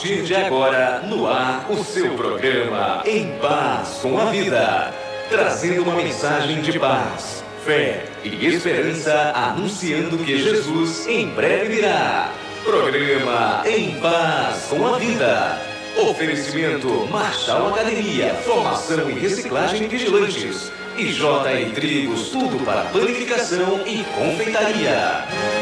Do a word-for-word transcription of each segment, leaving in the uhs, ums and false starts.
partir de agora, no ar, o seu programa Em Paz com a Vida, trazendo uma mensagem de paz, fé e esperança, anunciando que Jesus em breve virá. Programa Em Paz com a Vida. Oferecimento Marshall Academia, formação em reciclagem de vigilantes. E J E Trigos, tudo para panificação e confeitaria.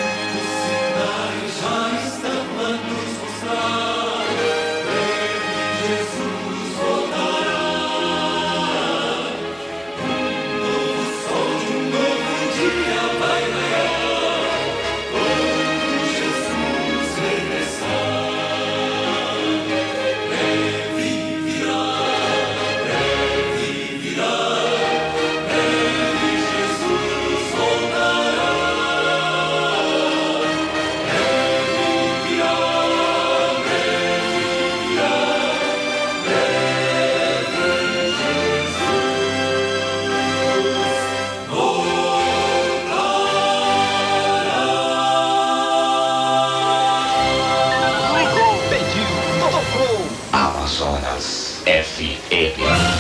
Amazonas F M.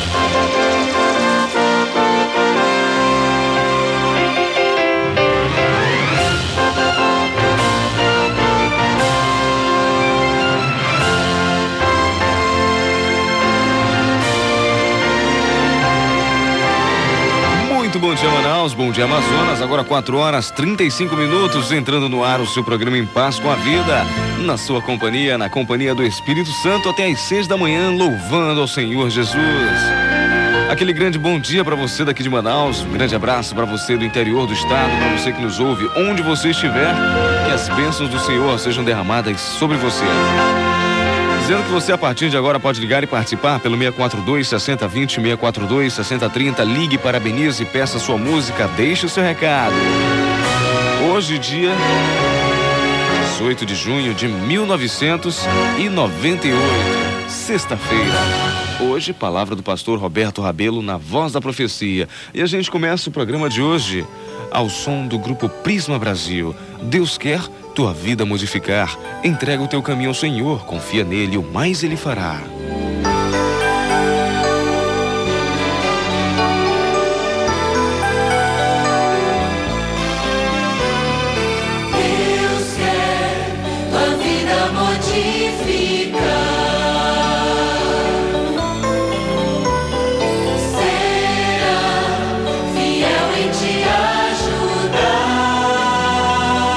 Muito bom dia, Manaus, bom dia, Amazonas. Agora quatro horas trinta e cinco minutos, entrando no ar o seu programa Em Paz com a Vida. Na sua companhia, na companhia do Espírito Santo, até às seis da manhã, louvando ao Senhor Jesus. Aquele grande bom dia para você daqui de Manaus, um grande abraço para você do interior do estado, para você que nos ouve, onde você estiver, que as bênçãos do Senhor sejam derramadas sobre você. Dizendo que você a partir de agora pode ligar e participar pelo seis quatro dois, seis zero dois zero, seis quatro dois, seis zero três zero, ligue, parabenize, peça sua música, deixe o seu recado. Hoje, dia dezoito de junho de mil novecentos e noventa e oito, sexta-feira. Hoje, palavra do pastor Roberto Rabelo na Voz da Profecia. E a gente começa o programa de hoje ao som do grupo Prisma Brasil. Deus quer tua vida modificar. Entrega o teu caminho ao Senhor, confia nele, o mais ele fará.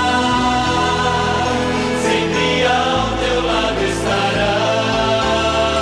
Sempre ao teu lado estará.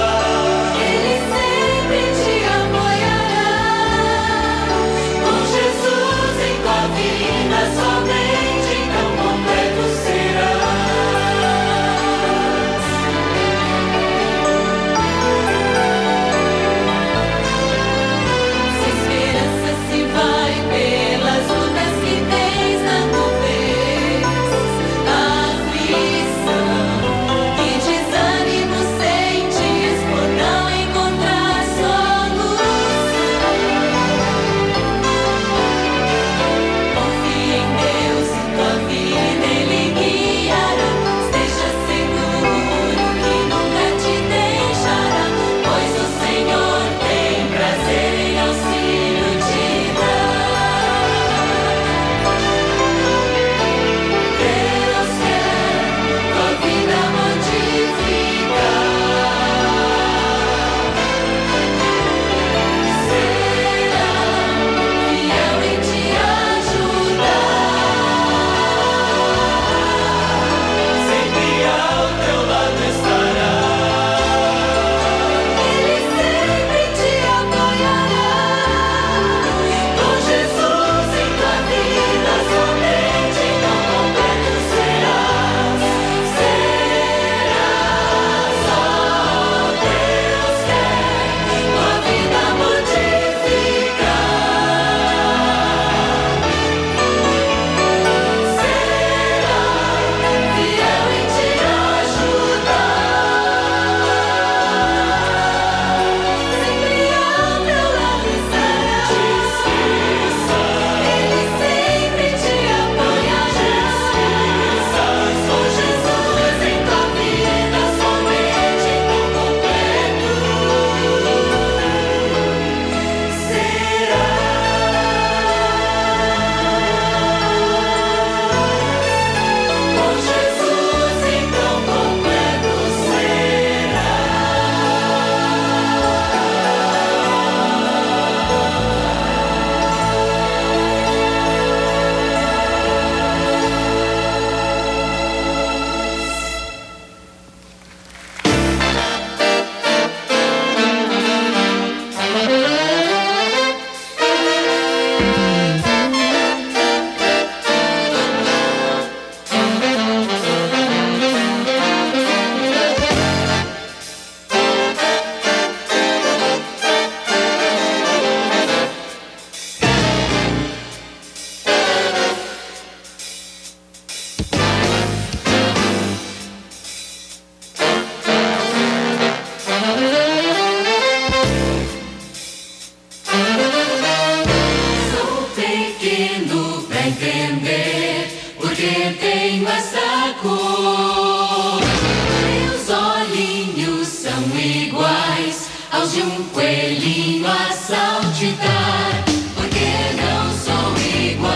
moreno pra entender porque tenho essa cor. Meus olhinhos são iguais aos de um coelhinho a saltitar, porque não sou igual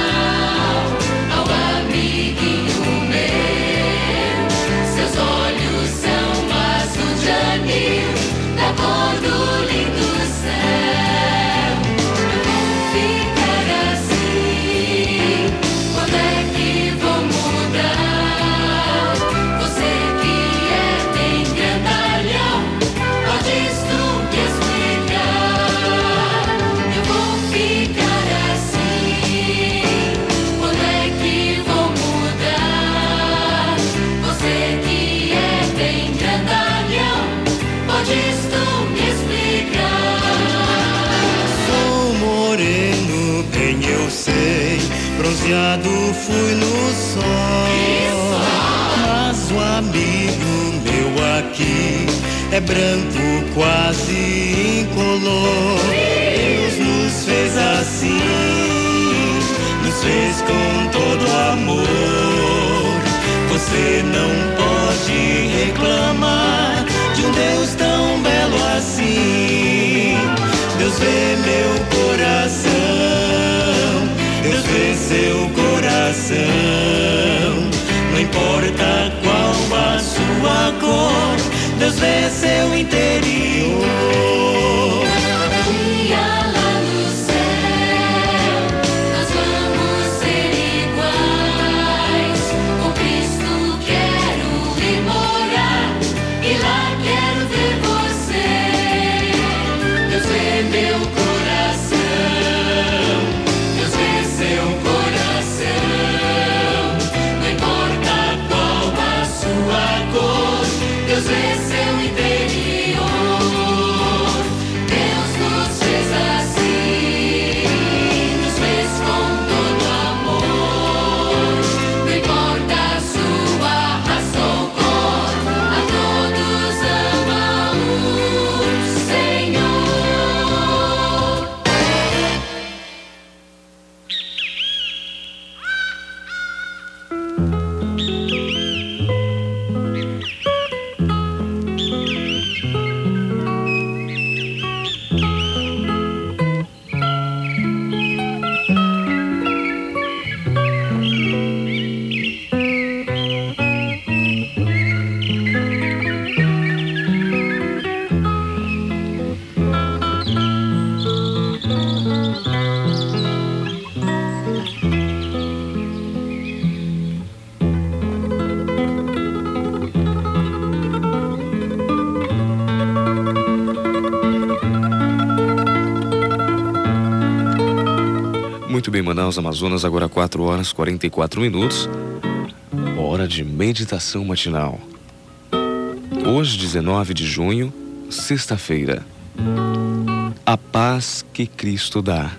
ao amiguinho meu. Seus olhos são azul de anil, da cor do lindo céu. Eu vou ficar assim, quando é que vou mudar? Você que é bem grandalhão, podes tu me explicar? Eu vou ficar assim, quando é que vou mudar? Você que é bem grandalhão, podes tu me explicar? Sou moreno, bem eu sei, bronzeado fui no sol. Mas o amigo meu aqui é branco, quase incolor. Deus nos fez assim, nos fez com todo amor. Você não pode reclamar de um Deus tão belo assim. Deus vê meu coração, Deus vê seu coração. Não importa qual a sua cor, Deus vê seu interior. Dia lá no céu, nós vamos ser iguais. Com Cristo quero ir morar, e lá quero ver você. Deus vê meu coração, Deus vê seu coração. Não importa qual a sua cor, Deus vê seu interior. Deus nos fez assim, nos fez com todo amor. Não importa a sua raça ou cor, a todos ama o Senhor. Muito bem, Manaus, Amazonas, agora quatro horas e quarenta e quatro minutos. Hora de meditação matinal. Hoje, dezenove de junho, sexta-feira. A paz que Cristo dá.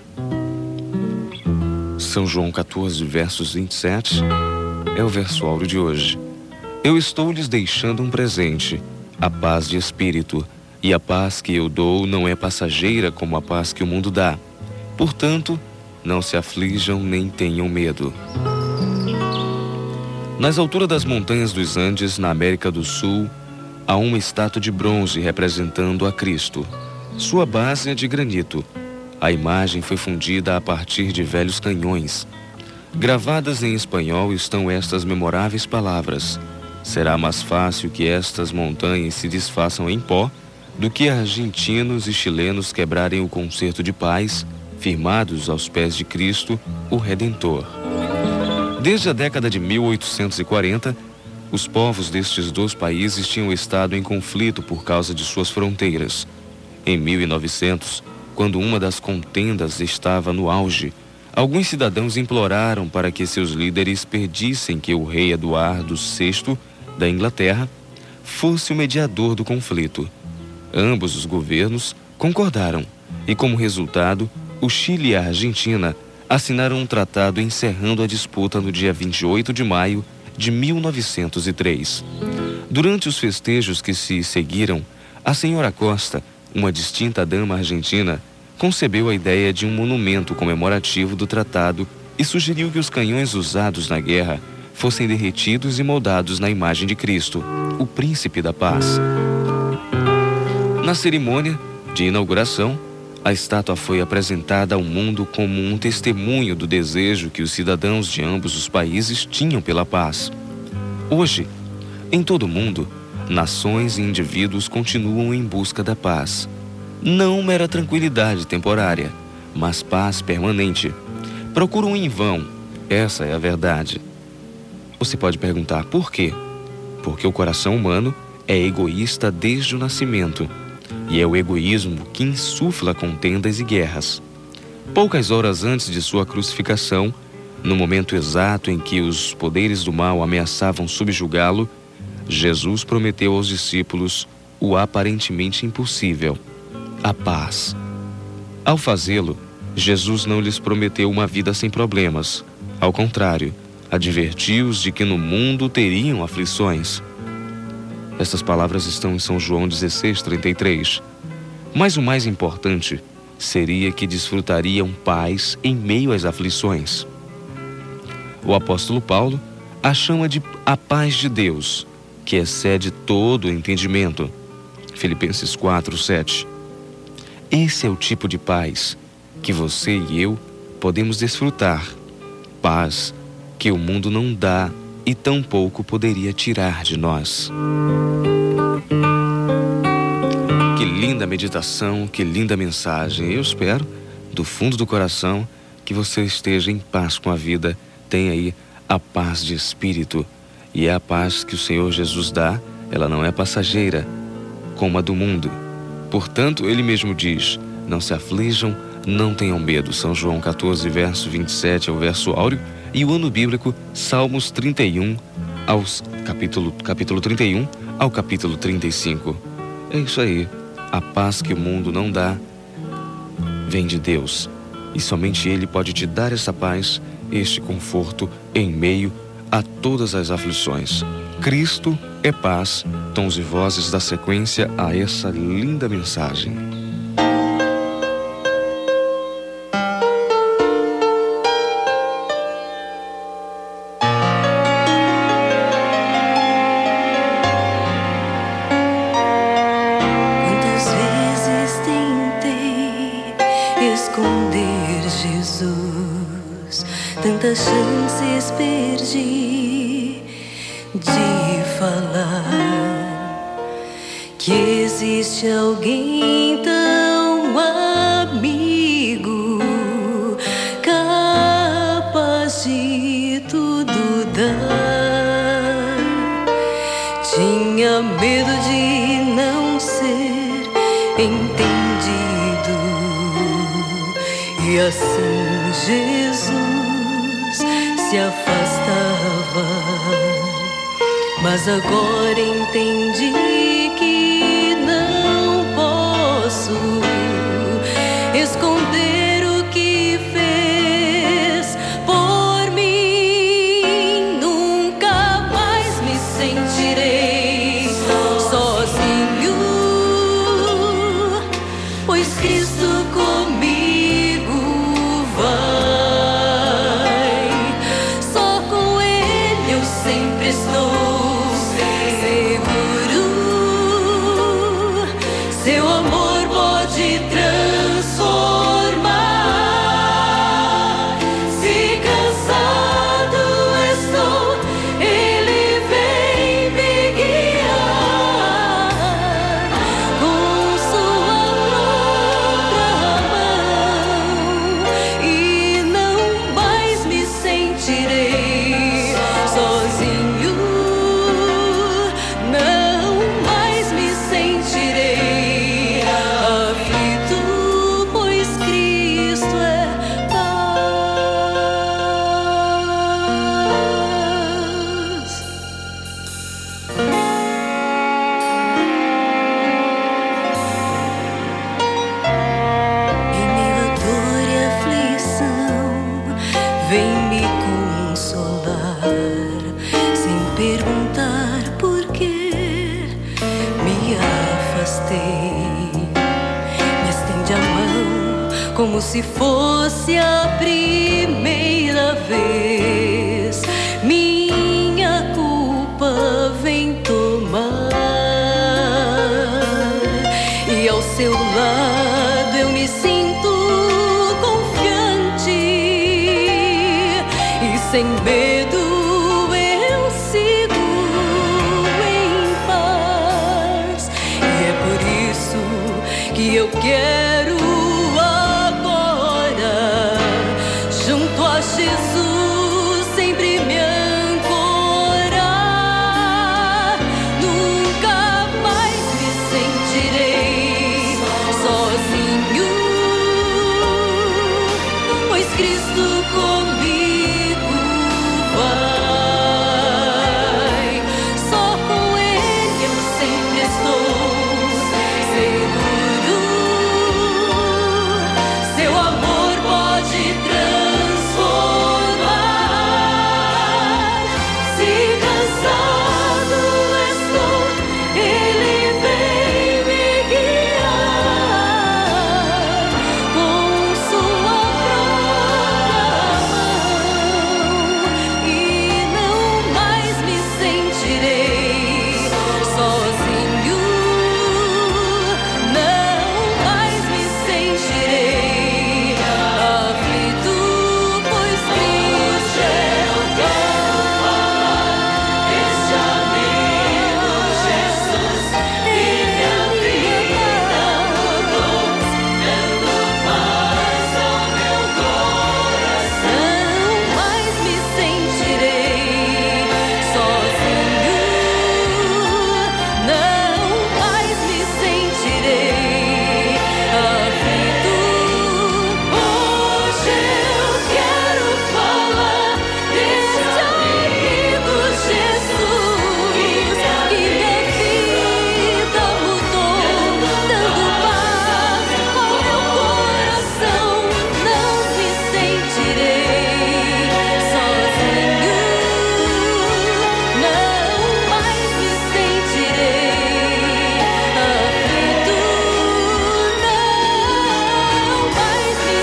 São João quatorze, versos vinte e sete, é o verso áureo de hoje. Eu estou lhes deixando um presente, a paz de espírito, e a paz que eu dou não é passageira como a paz que o mundo dá. Portanto, não se aflijam nem tenham medo. Nas alturas das montanhas dos Andes, na América do Sul, há uma estátua de bronze representando a Cristo. Sua base é de granito. A imagem foi fundida a partir de velhos canhões. Gravadas em espanhol estão estas memoráveis palavras: será mais fácil que estas montanhas se desfaçam em pó do que argentinos e chilenos quebrarem o concerto de paz, firmados aos pés de Cristo, o Redentor. Desde a década de mil oitocentos e quarenta, os povos destes dois países tinham estado em conflito por causa de suas fronteiras. Em mil e novecentos, quando uma das contendas estava no auge, alguns cidadãos imploraram para que seus líderes pedissem que o rei Eduardo sexto, da Inglaterra, fosse o mediador do conflito. Ambos os governos concordaram e, como resultado, o Chile e a Argentina assinaram um tratado encerrando a disputa no dia vinte e oito de maio de mil novecentos e três. Durante os festejos que se seguiram, a senhora Costa, uma distinta dama argentina, concebeu a ideia de um monumento comemorativo do tratado e sugeriu que os canhões usados na guerra fossem derretidos e moldados na imagem de Cristo, o Príncipe da Paz. Na cerimônia de inauguração, a estátua foi apresentada ao mundo como um testemunho do desejo que os cidadãos de ambos os países tinham pela paz. Hoje, em todo o mundo, nações e indivíduos continuam em busca da paz. Não mera tranquilidade temporária, mas paz permanente. Procuram em vão, essa é a verdade. Você pode perguntar por quê? Porque o coração humano é egoísta desde o nascimento, e é o egoísmo que insufla contendas e guerras. Poucas horas antes de sua crucificação, no momento exato em que os poderes do mal ameaçavam subjugá-lo, Jesus prometeu aos discípulos o aparentemente impossível: a paz. Ao fazê-lo, Jesus não lhes prometeu uma vida sem problemas. Ao contrário, advertiu-os de que no mundo teriam aflições. Estas palavras estão em São João dezesseis, trinta e três. Mas o mais importante seria que desfrutariam paz em meio às aflições. O apóstolo Paulo a chama de a paz de Deus, que excede todo o entendimento. Filipenses quatro, sete. Esse é o tipo de paz que você e eu podemos desfrutar. Paz que o mundo não dá e tampouco poderia tirar de nós. Que linda meditação, que linda mensagem. Eu espero, do fundo do coração, que você esteja em paz com a vida. Tenha aí a paz de espírito. E é a paz que o Senhor Jesus dá, ela não é passageira, como a do mundo. Portanto, ele mesmo diz: não se aflijam, não tenham medo. São João quatorze, verso vinte e sete, é o verso áureo. E o ano bíblico, Salmos trinta e um, aos capítulo, capítulo trinta e um ao capítulo trinta e cinco. É isso aí. A paz que o mundo não dá vem de Deus. E somente Ele pode te dar essa paz, este conforto em meio a todas as aflições. Cristo é paz. Tons e vozes da sequência a essa linda mensagem. Esconder Jesus, tantas chances perdi de falar que existe alguém tão amigo, capaz de tudo dar. Tinha medo de não ser entendido, e assim Jesus se afastava. Mas agora entendi que não posso esconder o que fez por mim. Nunca mais me sentirei sozinho, pois Cristo comigo como se fosse a primeira sem medo eu sigo em paz. E é por isso que eu quero agora, junto a Jesus, sempre me ancorar. Nunca mais me sentirei sozinho, pois Cristo comigo vai. Só com Ele eu sempre estou seguro. Seu amor pode transformar. Se cansado estou, Ele vem me guiar com sua própria mão, e não mais me sentirei sozinho, não mais me sentirei aflito, pois Cristo eu quero falar deste amigo Jesus, e minha vida mudou, dando paz ao meu coração. Não mais me sentirei sozinho, não mais me sentirei aflito. Hoje eu quero falar deste amigo Jesus, que minha vida mudou, dando paz ao meu coração. Não me sentirei sozinho, não mais me sentirei aflito, não mais me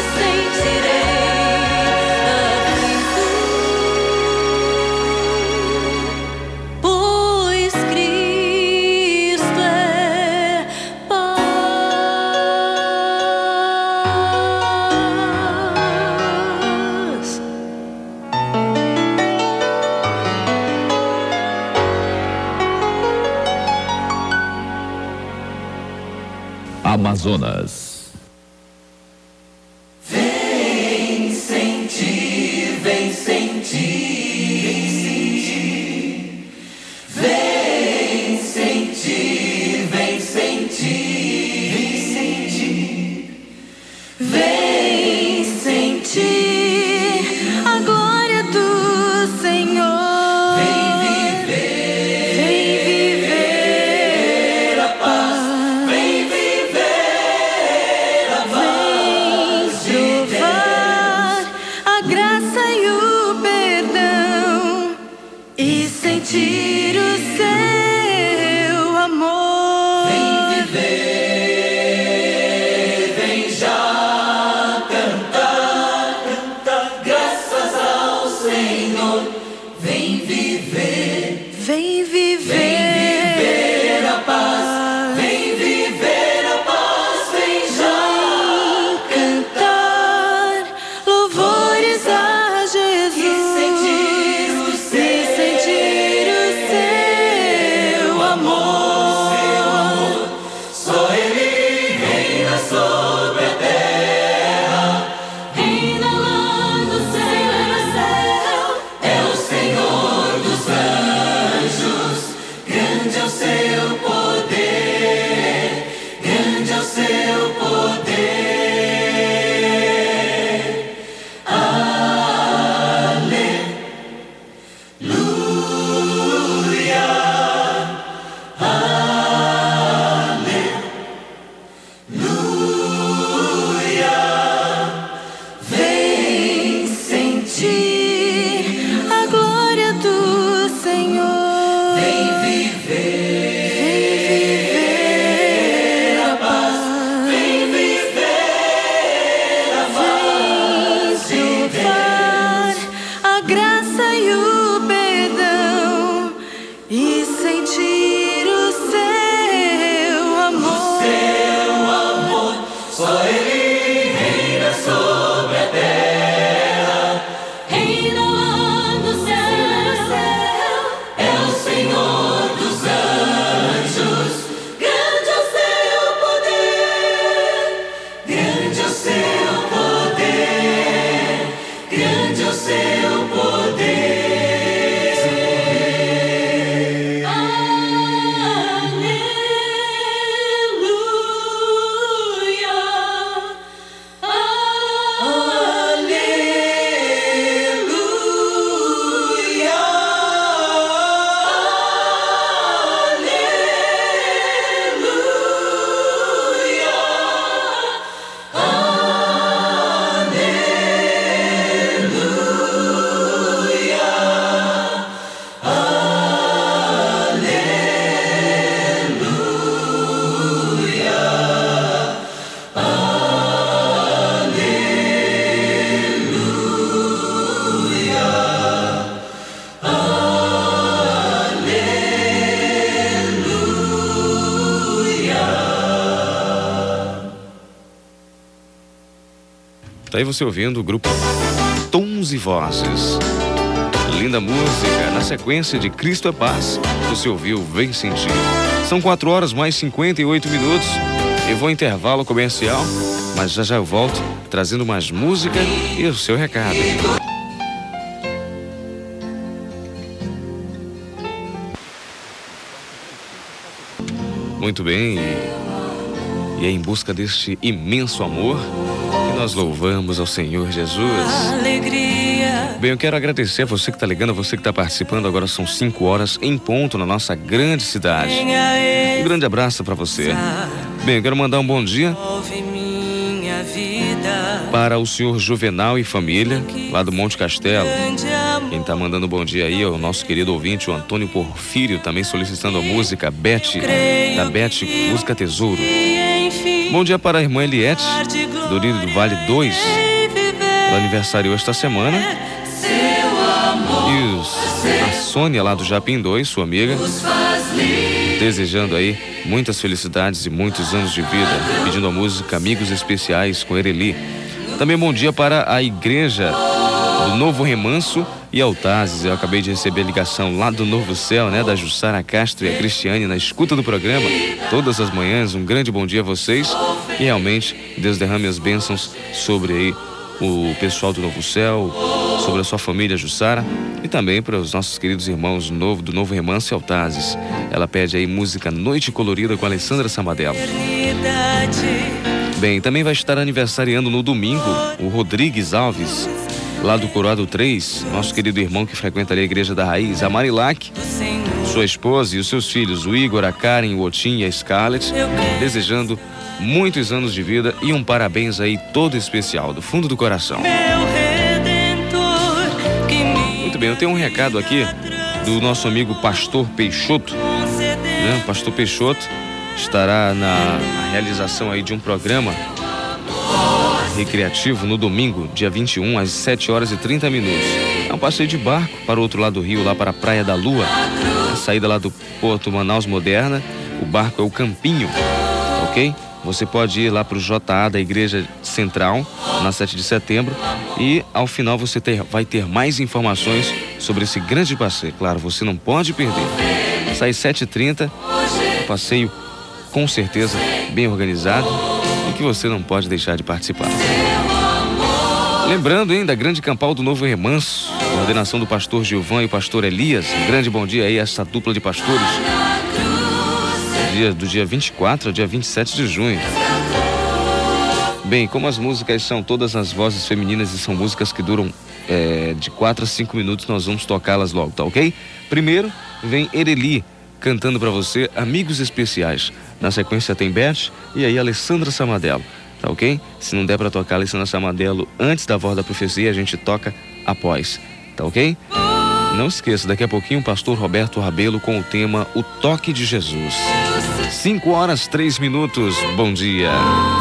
sentirei aflito, pois Cristo é paz. Amazonas. Vem sentir, vem sentir, vem sentir, vem sentir, vem sentir A glória do Senhor. vem viver, Vem viver a paz. vem viver a paz de Provar a graça e o perdão e sentir o seu amor. Vem viver, vem já cantar, cantar graças ao Senhor. Vem viver, Vem viver, viver a paz. Vem viver a paz, vem já cantar louvores a Jesus e sentir o e sentir o seu amor. Só Ele reina sobre a terra, Reina lá no céu, é o Senhor dos anjos. Tá aí você ouvindo o grupo Tons e Vozes. Linda música. Na sequência de Cristo é Paz, você ouviu Vem Sentir. São quatro horas mais cinquenta e oito minutos. Eu vou intervalo comercial, mas já já eu volto trazendo mais música e o seu recado. Muito bem, e é em busca deste imenso amor que nós louvamos ao Senhor Jesus. Alegria. Bem, eu quero agradecer a você que está ligando, a você que está participando. Agora são cinco horas em ponto na nossa grande cidade. Um grande abraço para você. Bem, eu quero mandar um bom dia Minha vida. para o senhor Juvenal e família, lá do Monte Castelo. Quem tá mandando um bom dia aí é o nosso querido ouvinte, o Antônio Porfírio, também solicitando a música Beth, da Beth, música Tesouro. Bom dia para a irmã Eliette, do Rio do Vale dois, ela aniversariou esta semana. E os, a Sônia, lá do Japim dois, sua amiga, desejando aí muitas felicidades e muitos anos de vida, pedindo a música Amigos Especiais com Ereli. Também bom dia para a igreja do Novo Remanso e Altazes. Eu acabei de receber a ligação lá do Novo Céu, né, da Jussara Castro e a Cristiane na escuta do programa todas as manhãs. Um grande bom dia a vocês e realmente Deus derrame as bênçãos sobre aí o pessoal do Novo Céu, sobre a sua família Jussara e também para os nossos queridos irmãos novo, do Novo Remanso e Altazes. Ela pede aí música Noite Colorida com Alessandra Samadello. Bem, também vai estar aniversariando no domingo o Rodrigues Alves, lá do Coroado três, nosso querido irmão que frequenta ali a Igreja da Raiz, a Marilac, sua esposa e os seus filhos, o Igor, a Karen, o Otim e a Scarlett, desejando muitos anos de vida e um parabéns aí todo especial, do fundo do coração. Muito bem, eu tenho um recado aqui do nosso amigo Pastor Peixoto, né? Pastor Peixoto estará na, na realização aí de um programa recreativo no domingo, dia vinte e um, às sete horas e trinta minutos. É um passeio de barco para o outro lado do rio, lá para a Praia da Lua. A saída lá do Porto Manaus Moderna, o barco é o Campinho, ok? Você pode ir lá para o J A da Igreja Central, na sete de setembro, e ao final você ter, vai ter mais informações sobre esse grande passeio. Claro, você não pode perder. Sai sete e trinta, um passeio com certeza bem organizado e que você não pode deixar de participar. Lembrando, hein, da grande campal do Novo Remanso, coordenação do pastor Gilvan e o pastor Elias. Um grande bom dia aí a essa dupla de pastores. Dia, do dia vinte e quatro ao dia vinte e sete de junho. Bem, como as músicas são todas as vozes femininas e são músicas que duram é, de quatro a cinco minutos, nós vamos tocá-las logo, tá ok? Primeiro vem Ereli cantando pra você Amigos Especiais. Na sequência tem Beth e aí Alessandra Samadello, tá ok? Se não der pra tocar Alessandra Samadello antes da Voz da Profecia, a gente toca após, tá ok? Não esqueça, daqui a pouquinho o pastor Roberto Rabelo com o tema O Toque de Jesus. cinco horas, três minutos, bom dia.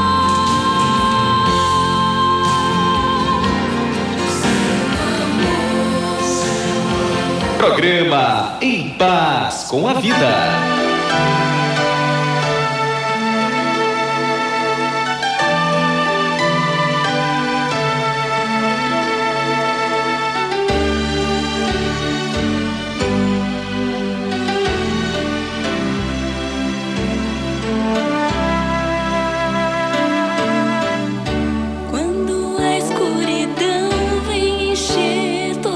Programa Em Paz com a Vida.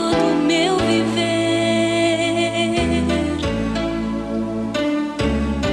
Todo meu viver,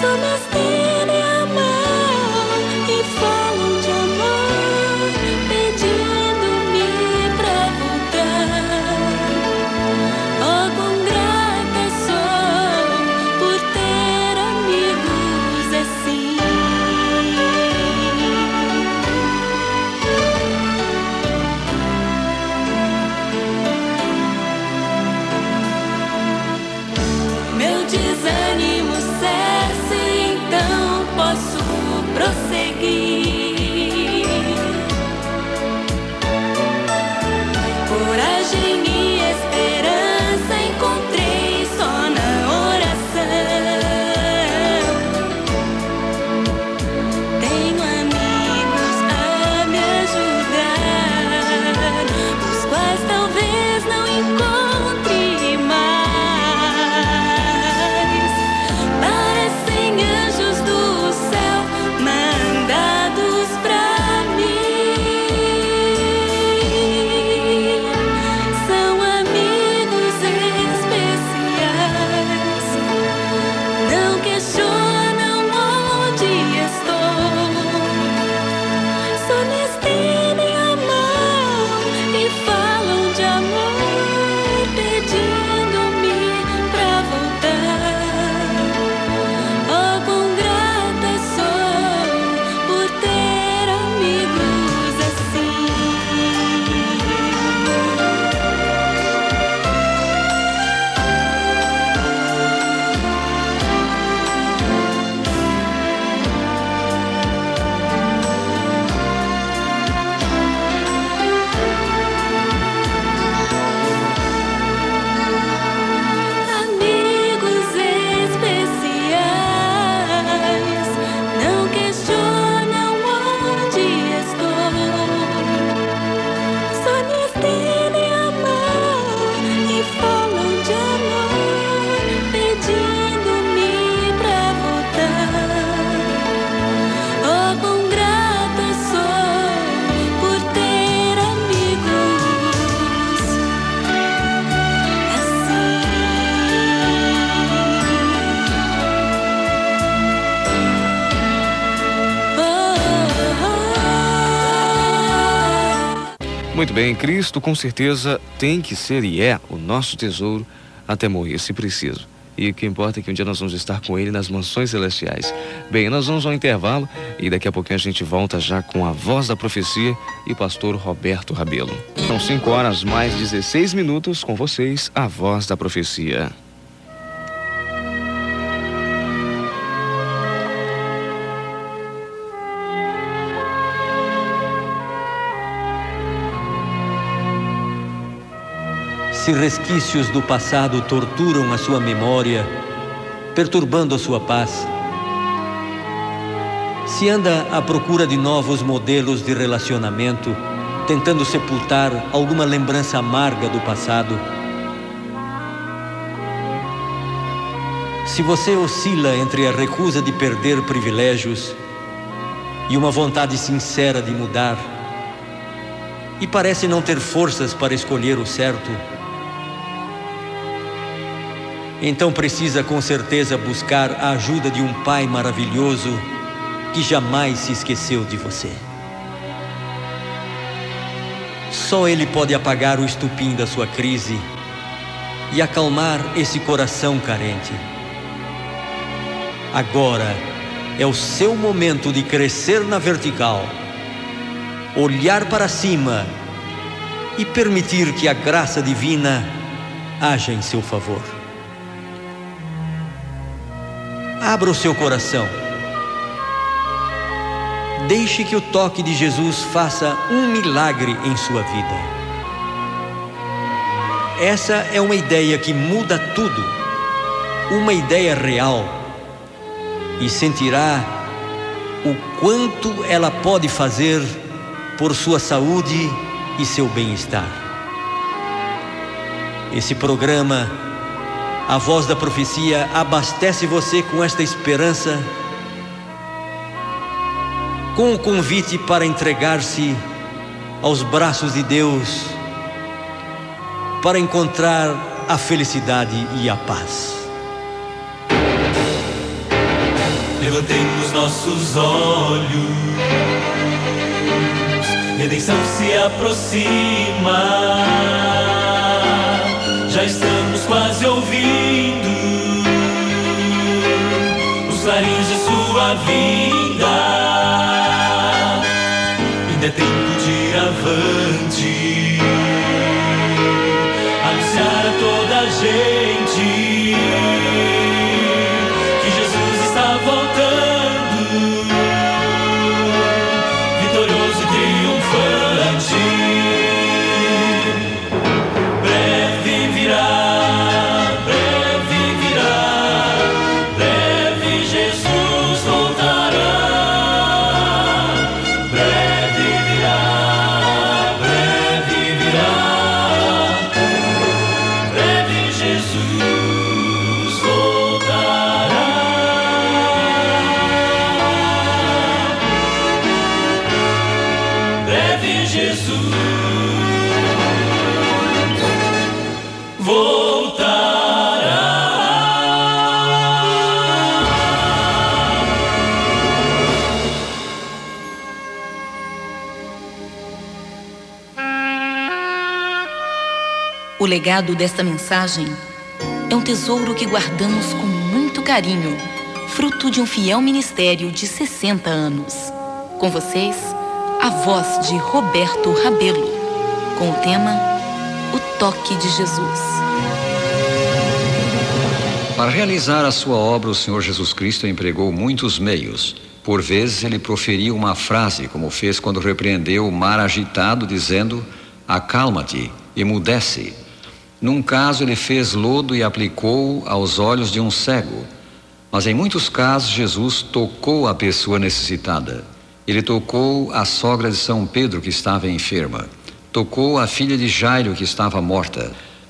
Muito bem, Cristo com certeza tem que ser e é o nosso tesouro até morrer, se preciso. E o que importa é que um dia nós vamos estar com Ele nas mansões celestiais. Bem, nós vamos ao intervalo e daqui a pouquinho a gente volta já com a Voz da Profecia e o pastor Roberto Rabelo. São cinco horas mais dezesseis minutos com vocês, a Voz da Profecia. Se resquícios do passado torturam a sua memória, perturbando a sua paz, se anda à procura de novos modelos de relacionamento, tentando sepultar alguma lembrança amarga do passado, se você oscila entre a recusa de perder privilégios e uma vontade sincera de mudar, e parece não ter forças para escolher o certo, então precisa com certeza buscar a ajuda de um Pai maravilhoso que jamais se esqueceu de você. Só Ele pode apagar o estupim da sua crise e acalmar esse coração carente. Agora é o seu momento de crescer na vertical, olhar para cima e permitir que a graça divina haja em seu favor. Abra o seu coração. Deixe que o toque de Jesus faça um milagre em sua vida. Essa é uma ideia que muda tudo, uma ideia real, e sentirá o quanto ela pode fazer por sua saúde e seu bem-estar. Esse programa, A Voz da Profecia, abastece você com esta esperança, com o convite para entregar-se aos braços de Deus, para encontrar a felicidade e a paz. Levantemos nossos olhos, redenção se aproxima, já estamos quase ouvindo os clarins de sua vinda. Ainda é tempo de ir avante, anunciar a toda a gente que Jesus está voltando, vitorioso e triunfante. Breve virá, breve virá, breve Jesus voltará. Breve virá, breve virá, breve Jesus voltará. Breve Jesus voltará. O legado desta mensagem é um tesouro que guardamos com muito carinho, fruto de um fiel ministério de sessenta anos. Com vocês, a voz de Roberto Rabelo, com o tema O Toque de Jesus. Para realizar a sua obra, o Senhor Jesus Cristo empregou muitos meios. Por vezes ele proferia uma frase, como fez quando repreendeu o mar agitado, dizendo: acalma-te, emudece. Num caso ele fez lodo e aplicou aos olhos de um cego. Mas em muitos casos Jesus tocou a pessoa necessitada. Ele tocou a sogra de São Pedro, que estava enferma. Tocou a filha de Jairo, que estava morta.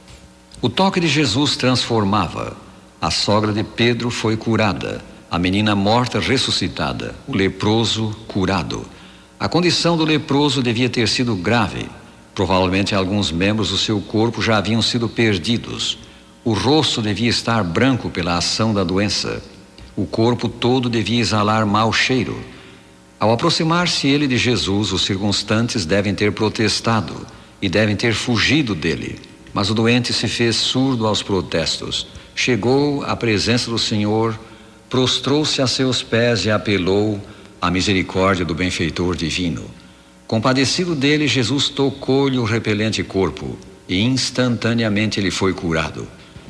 O toque de Jesus transformava. A sogra de Pedro foi curada, a menina morta ressuscitada, o leproso curado. A condição do leproso devia ter sido grave. Provavelmente alguns membros do seu corpo já haviam sido perdidos. O rosto devia estar branco pela ação da doença. O corpo todo devia exalar mau cheiro. Ao aproximar-se ele de Jesus, os circunstantes devem ter protestado e devem ter fugido dele. Mas o doente se fez surdo aos protestos. Chegou à presença do Senhor, prostrou-se a seus pés e apelou à misericórdia do benfeitor divino. Compadecido dele, Jesus tocou-lhe o repelente corpo e instantaneamente ele foi curado.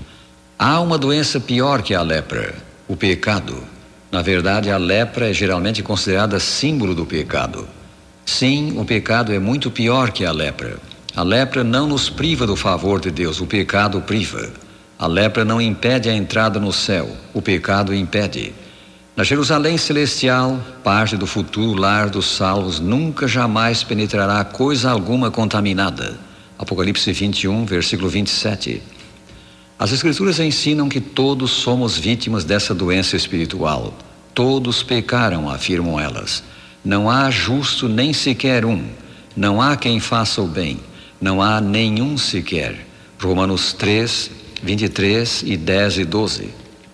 Há uma doença pior que a lepra, o pecado. Na verdade, a lepra é geralmente considerada símbolo do pecado. Sim, o pecado é muito pior que a lepra. A lepra não nos priva do favor de Deus, o pecado priva. A lepra não impede a entrada no céu, o pecado impede. Na Jerusalém celestial, parte do futuro lar dos salvos, nunca jamais penetrará coisa alguma contaminada. Apocalipse vinte e um, versículo vinte e sete. As Escrituras ensinam que todos somos vítimas dessa doença espiritual. Todos pecaram, afirmam elas. Não há justo nem sequer um. Não há quem faça o bem. Não há nenhum sequer. Romanos três, vinte e três e dez e doze.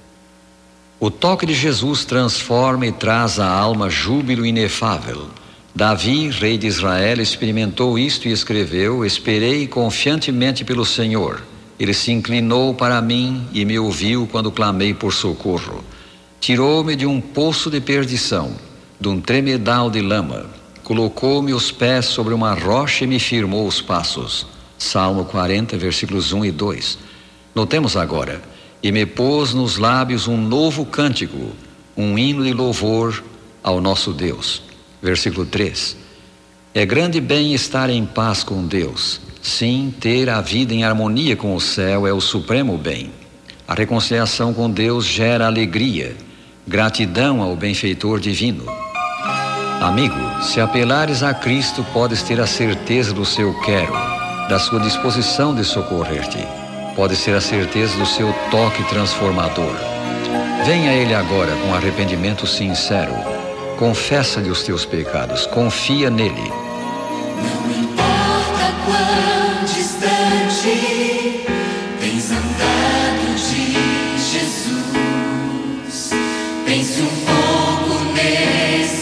O toque de Jesus transforma e traz à alma júbilo inefável. Davi, rei de Israel, experimentou isto e escreveu: esperei confiantemente pelo Senhor. Ele se inclinou para mim e me ouviu quando clamei por socorro. Tirou-me de um poço de perdição, de um tremedal de lama. Colocou-me os pés sobre uma rocha e me firmou os passos. Salmo quarenta, versículos um e dois. Notemos agora: e me pôs nos lábios um novo cântico, um hino de louvor ao nosso Deus. Versículo três. É grande bem estar em paz com Deus. Sim, ter a vida em harmonia com o céu é o supremo bem. A reconciliação com Deus gera alegria, gratidão ao benfeitor divino. Amigo, se apelares a Cristo, podes ter a certeza do seu quero, da sua disposição de socorrer-te. Podes ter a certeza do seu toque transformador. Venha a Ele agora com arrependimento sincero. Confessa-lhe os teus pecados, confia nele. Não importa quão distante tens andado de Jesus, pense um pouco.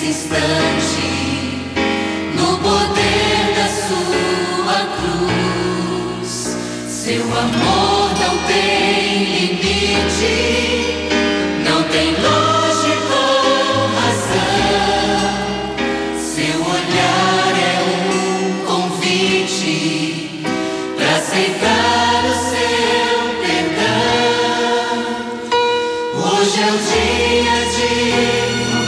instante, no poder da sua cruz. Seu amor não tem limite, não tem lógica ou razão. Seu olhar é um convite para aceitar o seu perdão. Hoje é o dia de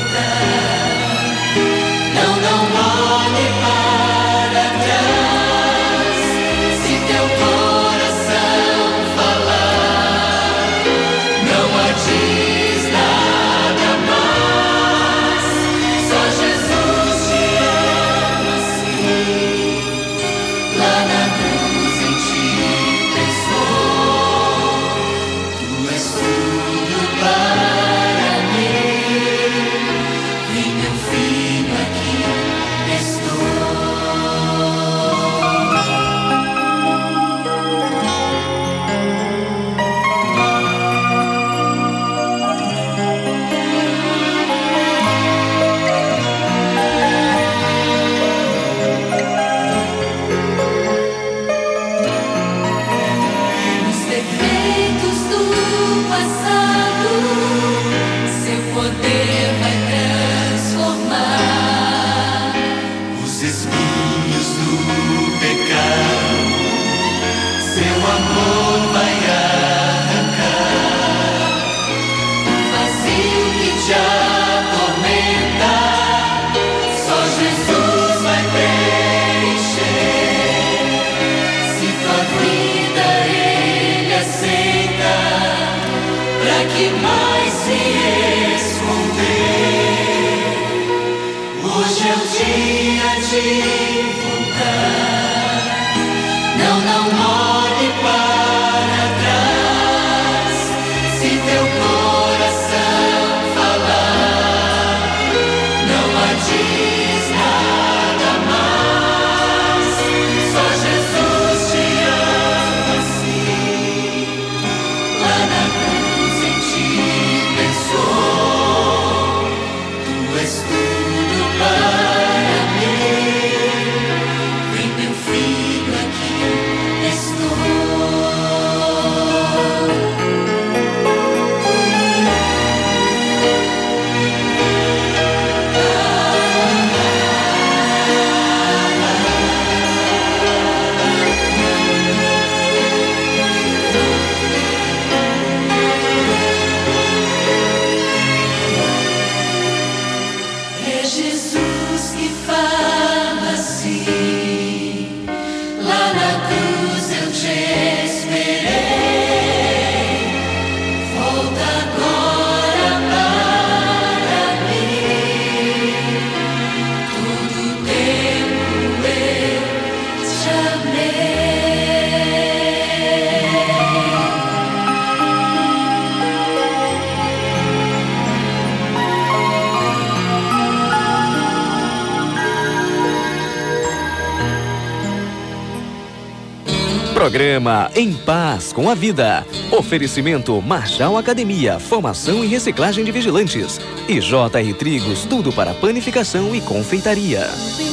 Programa Em Paz com a Vida. Oferecimento Marjal Academia, formação e reciclagem de vigilantes. E J R Trigos, tudo para panificação e confeitaria.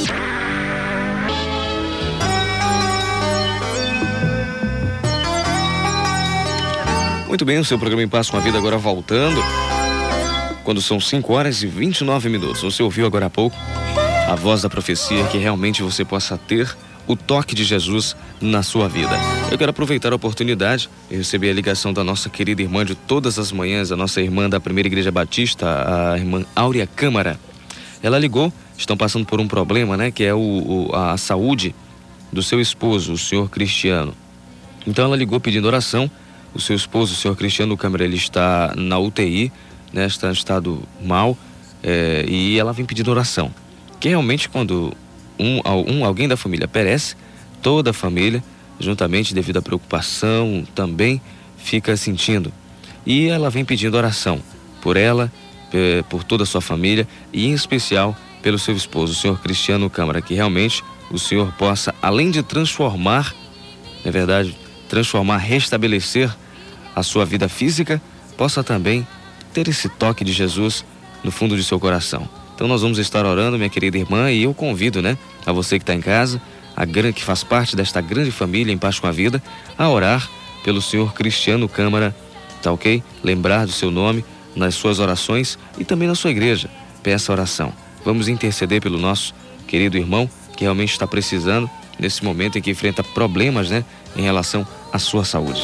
Muito bem, o seu programa Em Paz com a Vida agora voltando. Quando são cinco horas e vinte e nove minutos. Você ouviu agora há pouco a voz da profecia, que realmente você possa ter o toque de Jesus na sua vida. Eu quero aproveitar a oportunidade e receber a ligação da nossa querida irmã de todas as manhãs, a nossa irmã da Primeira Igreja Batista, a irmã Áurea Câmara. Ela ligou, estão passando por um problema, né, que é o, o, a saúde do seu esposo, o senhor Cristiano. Então ela ligou pedindo oração. O seu esposo, o senhor Cristiano Câmara, ele está na U T I, né, está em estado mal, é, e ela vem pedindo oração. Que realmente quando Um, um, alguém da família perece, toda a família, juntamente devido à preocupação, também fica sentindo. E ela vem pedindo oração por ela, por toda a sua família e em especial pelo seu esposo, o senhor Cristiano Câmara, que realmente o senhor possa, além de transformar, na verdade, transformar, restabelecer a sua vida física, possa também ter esse toque de Jesus no fundo de seu coração. Então nós vamos estar orando, minha querida irmã, e eu convido, né, a você que está em casa, a grande, que faz parte desta grande família Em Paz com a Vida, a orar pelo senhor Cristiano Câmara, tá ok? Lembrar do seu nome nas suas orações e também na sua igreja. Peça oração. Vamos interceder pelo nosso querido irmão que realmente está precisando nesse momento em que enfrenta problemas, né, em relação à sua saúde.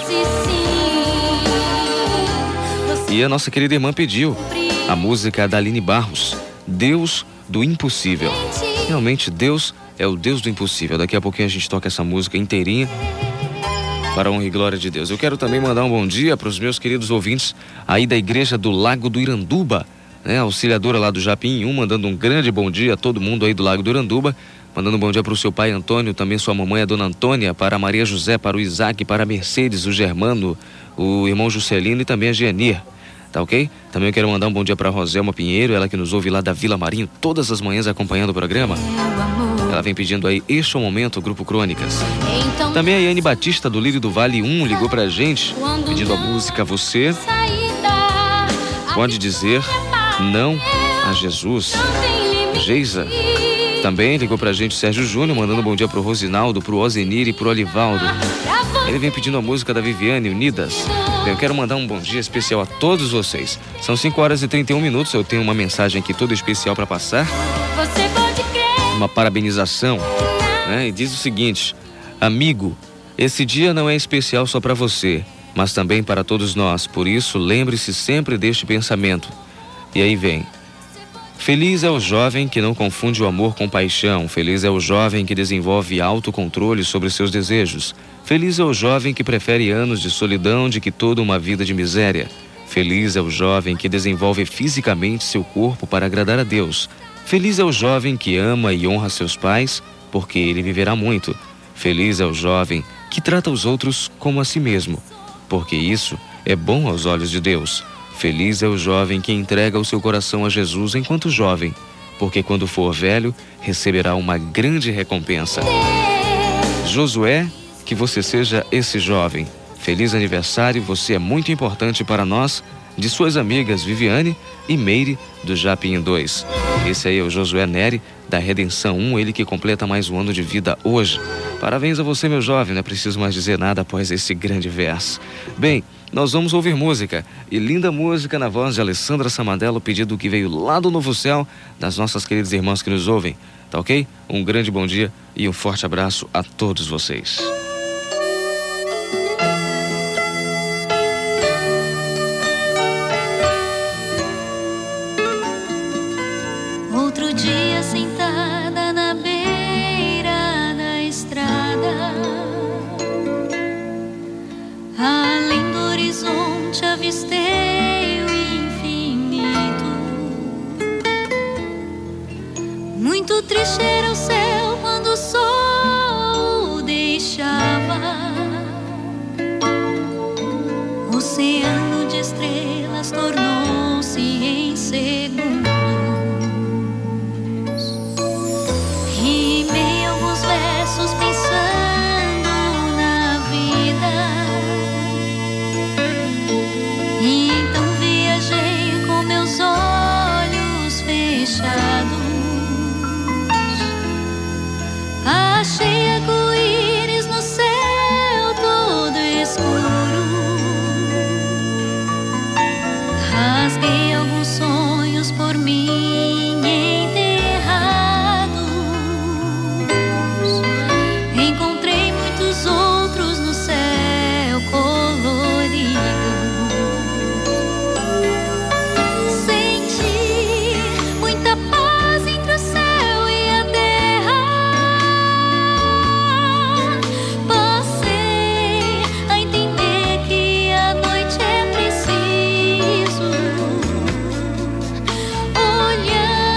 E a nossa querida irmã pediu a música da Aline Barros, Deus do Impossível. Realmente Deus é o Deus do impossível. Daqui a pouquinho a gente toca essa música inteirinha para a honra e glória de Deus. Eu quero também mandar um bom dia para os meus queridos ouvintes aí da igreja do Lago do Iranduba, né? Auxiliadora lá do Japim um, mandando um grande bom dia a todo mundo aí do Lago do Iranduba, mandando um bom dia para o seu pai Antônio, também sua mamãe a dona Antônia, para a Maria José, para o Isaac, para a Mercedes, o Germano, o irmão Juscelino e também a Gianir. Tá ok? Também eu quero mandar um bom dia para a Roselma Pinheiro, ela que nos ouve lá da Vila Marinho, todas as manhãs acompanhando o programa. Ela vem pedindo aí, este é o momento, Grupo Crônicas. Também a Yane Batista, do Lírio do Vale um, ligou pra gente, pedindo a música Você Pode Dizer Não a Jesus. Geisa. Também ligou pra gente o Sérgio Júnior, mandando um bom dia pro Rosinaldo, pro Ozenir e pro Olivaldo. Ele vem pedindo a música da Viviane, Unidas. Eu quero mandar um bom dia especial a todos vocês. São cinco horas e trinta e um minutos, eu tenho uma mensagem aqui toda especial para passar. Uma parabenização, né? E diz o seguinte: amigo, esse dia não é especial só para você, mas também para todos nós. Por isso, lembre-se sempre deste pensamento. E aí vem: feliz é o jovem que não confunde o amor com paixão. Feliz é o jovem que desenvolve autocontrole sobre seus desejos. Feliz é o jovem que prefere anos de solidão de que toda uma vida de miséria. Feliz é o jovem que desenvolve fisicamente seu corpo para agradar a Deus. Feliz é o jovem que ama e honra seus pais, porque ele viverá muito. Feliz é o jovem que trata os outros como a si mesmo, porque isso é bom aos olhos de Deus. Feliz é o jovem que entrega o seu coração a Jesus enquanto jovem, porque quando for velho, receberá uma grande recompensa. Josué, que você seja esse jovem. Feliz aniversário, você é muito importante para nós, de suas amigas Viviane e Meire, do Japim dois. Esse aí é o Josué Neri, da Redenção um, ele que completa mais um ano de vida hoje. Parabéns a você, meu jovem, não é preciso mais dizer nada após esse grande verso. Bem, nós vamos ouvir música, e linda música na voz de Alessandra Samadelo, pedido que veio lá do Novo Céu, das nossas queridas irmãs que nos ouvem, tá ok? Um grande bom dia e um forte abraço a todos vocês. Outro dia sentada na beira da estrada, além do horizonte avistei o infinito. Muito triste era o céu quando o sol deixava. O oceano de estrelas tornou-se em segundos. Rimei alguns versos pensando na vida, e então viajei com meus olhos fechados. Achei arco-íris no céu todo escuro. Rasguei alguns sonhos por mim enterrados. Encontrei muitos outros no céu colorido. Senti muita paz entre o céu e a terra. Passei a entender que a noite é preciso olhar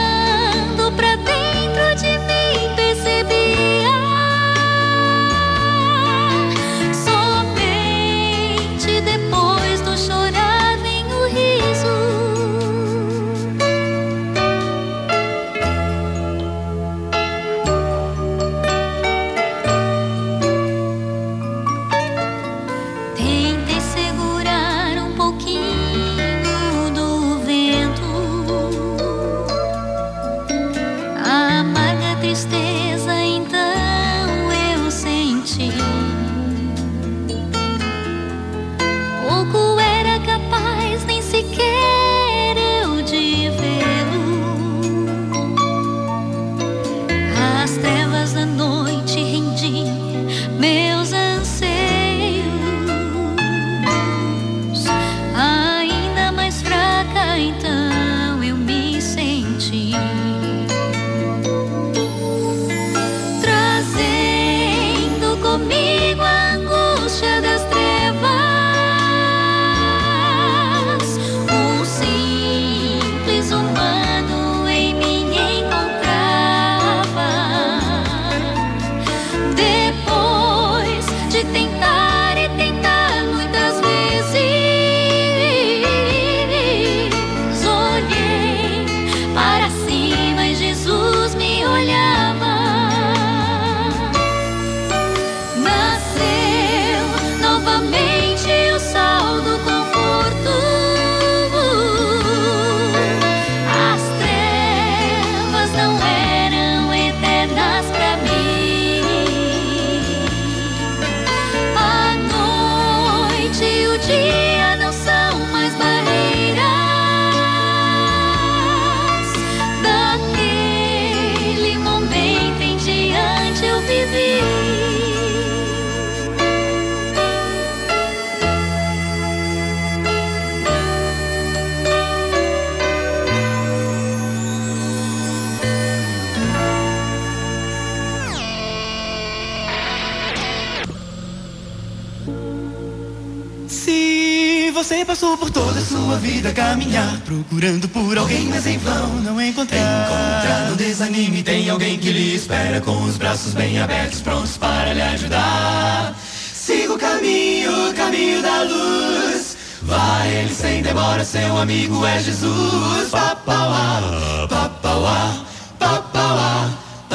você passou por toda a sua vida caminhar, procurando por alguém, mas em vão não encontrar. Encontrar, não desanime, tem alguém que lhe espera com os braços bem abertos, prontos para lhe ajudar. Siga o caminho, o caminho da luz. Vai ele sem demora, seu amigo é Jesus. Papauá, papauá, papauá,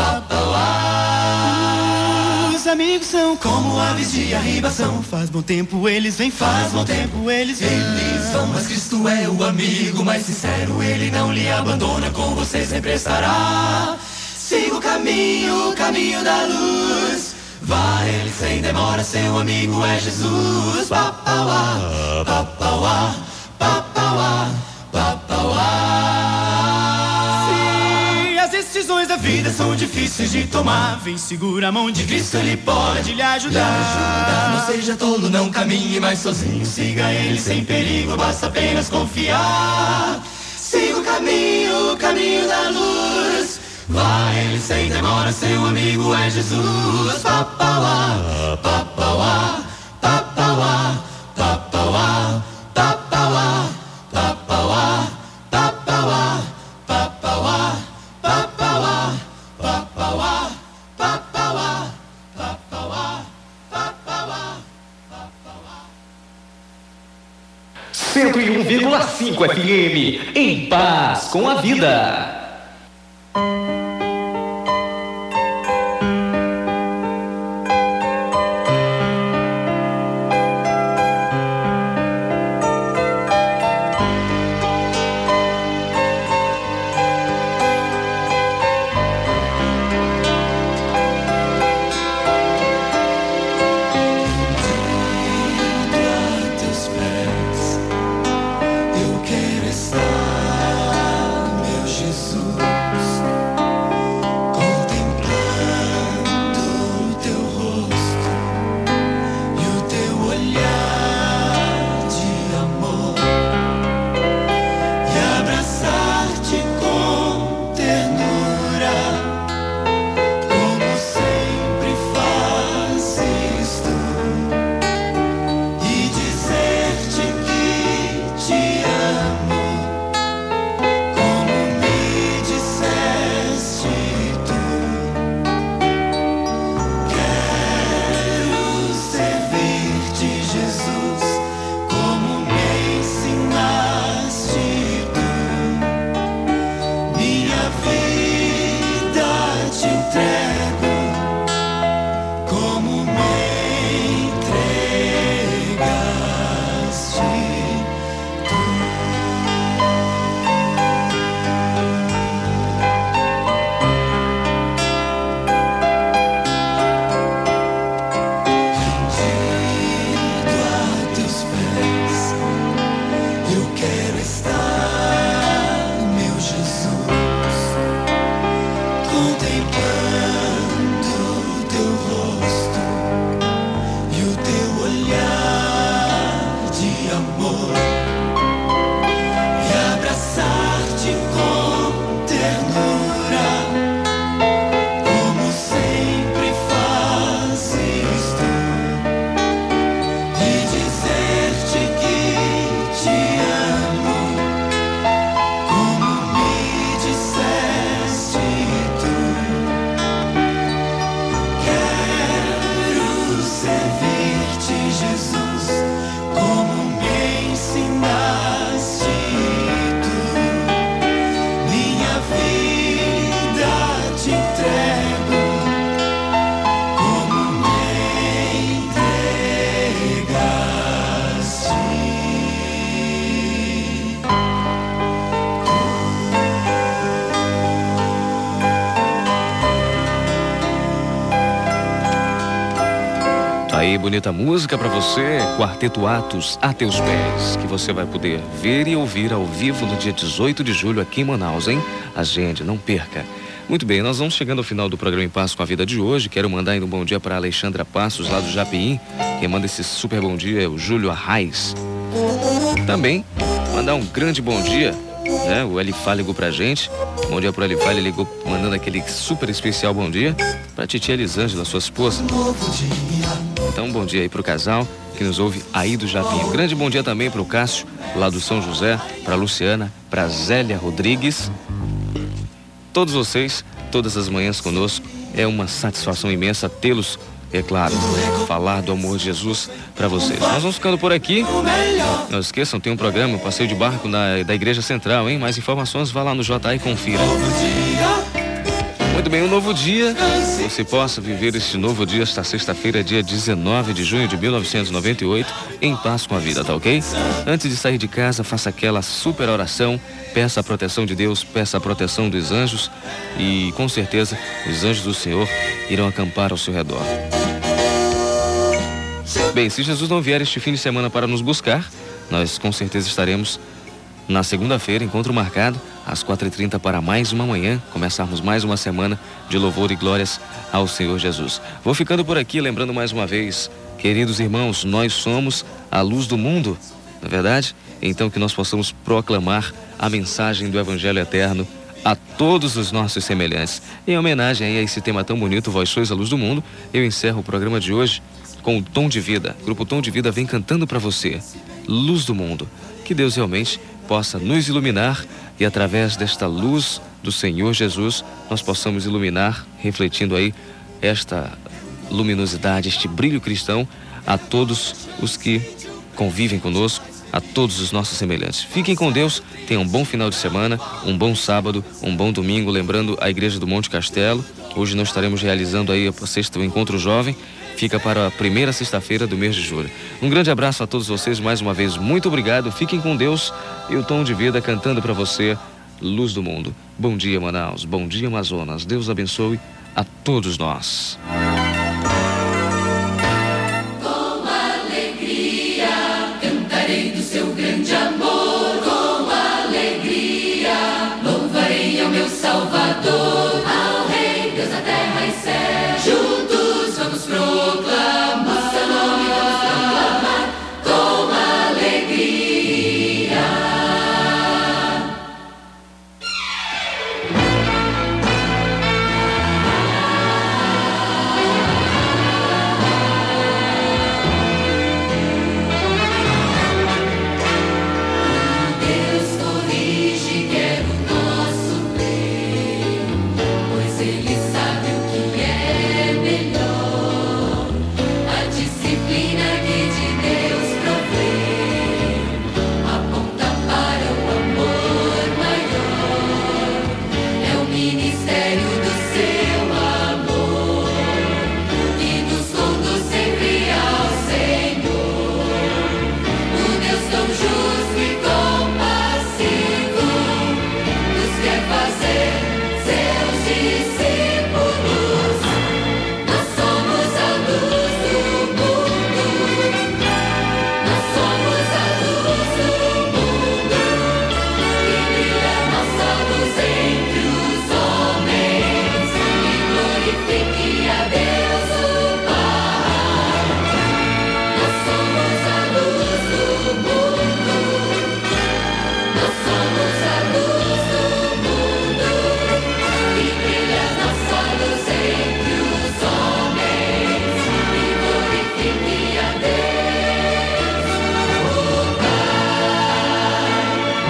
papauá. Os amigos são como aves de arribação. Faz bom tempo eles vêm, faz bom tempo eles vêm. Eles vão, mas Cristo é o amigo mais sincero. Ele não lhe abandona, com você sempre estará. Siga o caminho, o caminho da luz. Vai ele sem demora, seu amigo é Jesus. Papauá, papauá, papauá, papauá. Se as decisões da vida são difíceis de tomar, vem, segura a mão de Cristo, Ele pode lhe ajudar. Lhe ajudar. Não seja tolo, não caminhe mais sozinho. Siga Ele sem perigo, basta apenas confiar. Siga o caminho, o caminho da luz. Vai ele sem demora, seu amigo é Jesus. Papauá, papauá, papauá, papauá, papauá, papauá, papauá, papauá, papauá, papauá, papauá, papauá, papauá, papauá. cento e um vírgula cinco F M, em paz com a vida. Aí, bonita música pra você, Quarteto Atos, A Teus Pés, que você vai poder ver e ouvir ao vivo no dia dezoito de julho aqui em Manaus, hein? Agende, não perca. Muito bem, nós vamos chegando ao final do programa Em Paz com a Vida de hoje. Quero mandar ainda um bom dia para Alexandra Passos, lá do Japim. Quem manda esse super bom dia é o Júlio Arraes. Também mandar um grande bom dia, né? O Elifá ligou pra gente. Bom dia pro Elifá, ele ligou mandando aquele super especial bom dia pra titia Elisângela, sua esposa. Então, bom dia aí pro casal. Que que nos ouve aí do Japim. Um grande bom dia também para o Cássio, lá do São José, para a Luciana, para a Zélia Rodrigues. Todos vocês, todas as manhãs conosco, é uma satisfação imensa tê-los, é claro, falar do amor de Jesus para vocês. Nós vamos ficando por aqui. Não esqueçam, tem um programa, um passeio de barco na, da Igreja Central, hein? Mais informações, vá lá no J A e confira. Muito bem, um novo dia. Você possa viver este novo dia, esta sexta-feira, dia dezenove de junho de mil novecentos e noventa e oito, em paz com a vida, tá ok? Antes de sair de casa, faça aquela super oração, peça a proteção de Deus, peça a proteção dos anjos e, com certeza, os anjos do Senhor irão acampar ao seu redor. Bem, se Jesus não vier este fim de semana para nos buscar, nós com certeza estaremos na segunda-feira, encontro marcado, às quatro e trinta para mais uma manhã, começarmos mais uma semana de louvor e glórias ao Senhor Jesus. Vou ficando por aqui, lembrando mais uma vez, queridos irmãos, nós somos a luz do mundo, não é verdade? Então que nós possamos proclamar a mensagem do Evangelho Eterno a todos os nossos semelhantes. Em homenagem a esse tema tão bonito, Vós sois a luz do mundo, eu encerro o programa de hoje com o Tom de Vida. O Grupo Tom de Vida vem cantando para você, Luz do Mundo. Que Deus realmente possa nos iluminar e através desta luz do Senhor Jesus, nós possamos iluminar, refletindo aí esta luminosidade, este brilho cristão a todos os que convivem conosco, a todos os nossos semelhantes. Fiquem com Deus, tenham um bom final de semana, um bom sábado, um bom domingo, lembrando a Igreja do Monte Castelo. Hoje nós estaremos realizando aí a sexta, o Encontro Jovem, fica para a primeira sexta-feira do mês de julho. Um grande abraço a todos vocês, mais uma vez, muito obrigado, fiquem com Deus e o Tom de Vida cantando para você, Luz do Mundo. Bom dia, Manaus, bom dia, Amazonas, Deus abençoe a todos nós. Com alegria cantarei do seu grande amor, com alegria louvarei ao meu Salvador, ao Rei, Deus da terra e céu. Juntos vamos proclamar seu nome, vamos proclamar com alegria. Deus corrige, quer o nosso bem, pois Ele sabe o que é melhor. A disciplina que de Deus provém aponta para o amor maior. É o ministério do seu amor que nos conduz sempre ao Senhor. O Deus tão justo e compassivo nos quer fazer seus discípulos. Nós somos a luz do mundo. Nós somos a luz do mundo. Que brilha nossa luz entre os homens e glorifique a Deus o Pai. Nós somos a luz do mundo. Nós somos a luz do mundo. Que brilha nossa luz entre os homens e glorifique a Deus o Pai.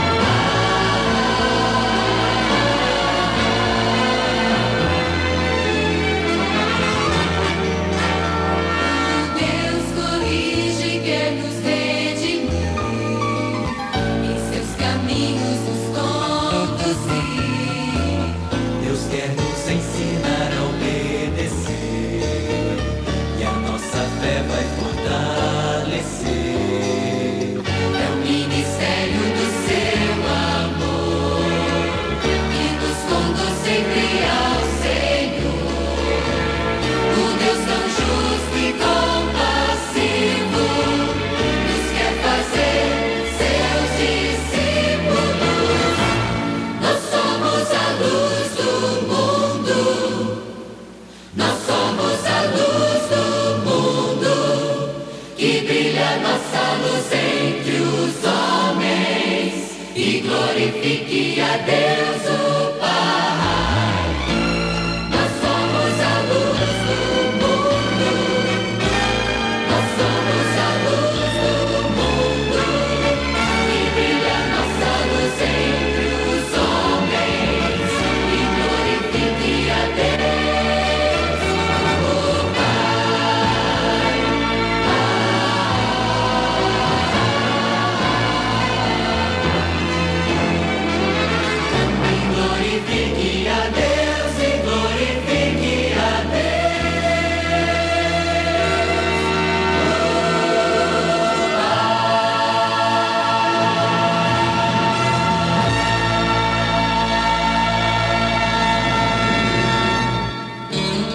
Deus corrige, quer nos redimir, em seus caminhos nos conduzir. Deus quer nos ensinar a obedecer e a nossa fé vai fortalecer. É o ministério do seu amor que nos conduz sempre ao Senhor. O Deus tão justo e compassivo nos quer fazer seus discípulos. Nós somos a luz do mundo. Nós somos a luz do mundo. Que brilha nossa luz entre os homens e glorifique a Deus o Pai. Nós somos a luz do mundo. Nós somos a luz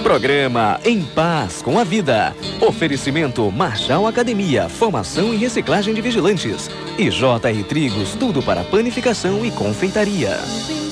Programa Em Paz com a Vida. Oferecimento Marshall Academia, formação e reciclagem de vigilantes. E J R Trigos, tudo para panificação e confeitaria.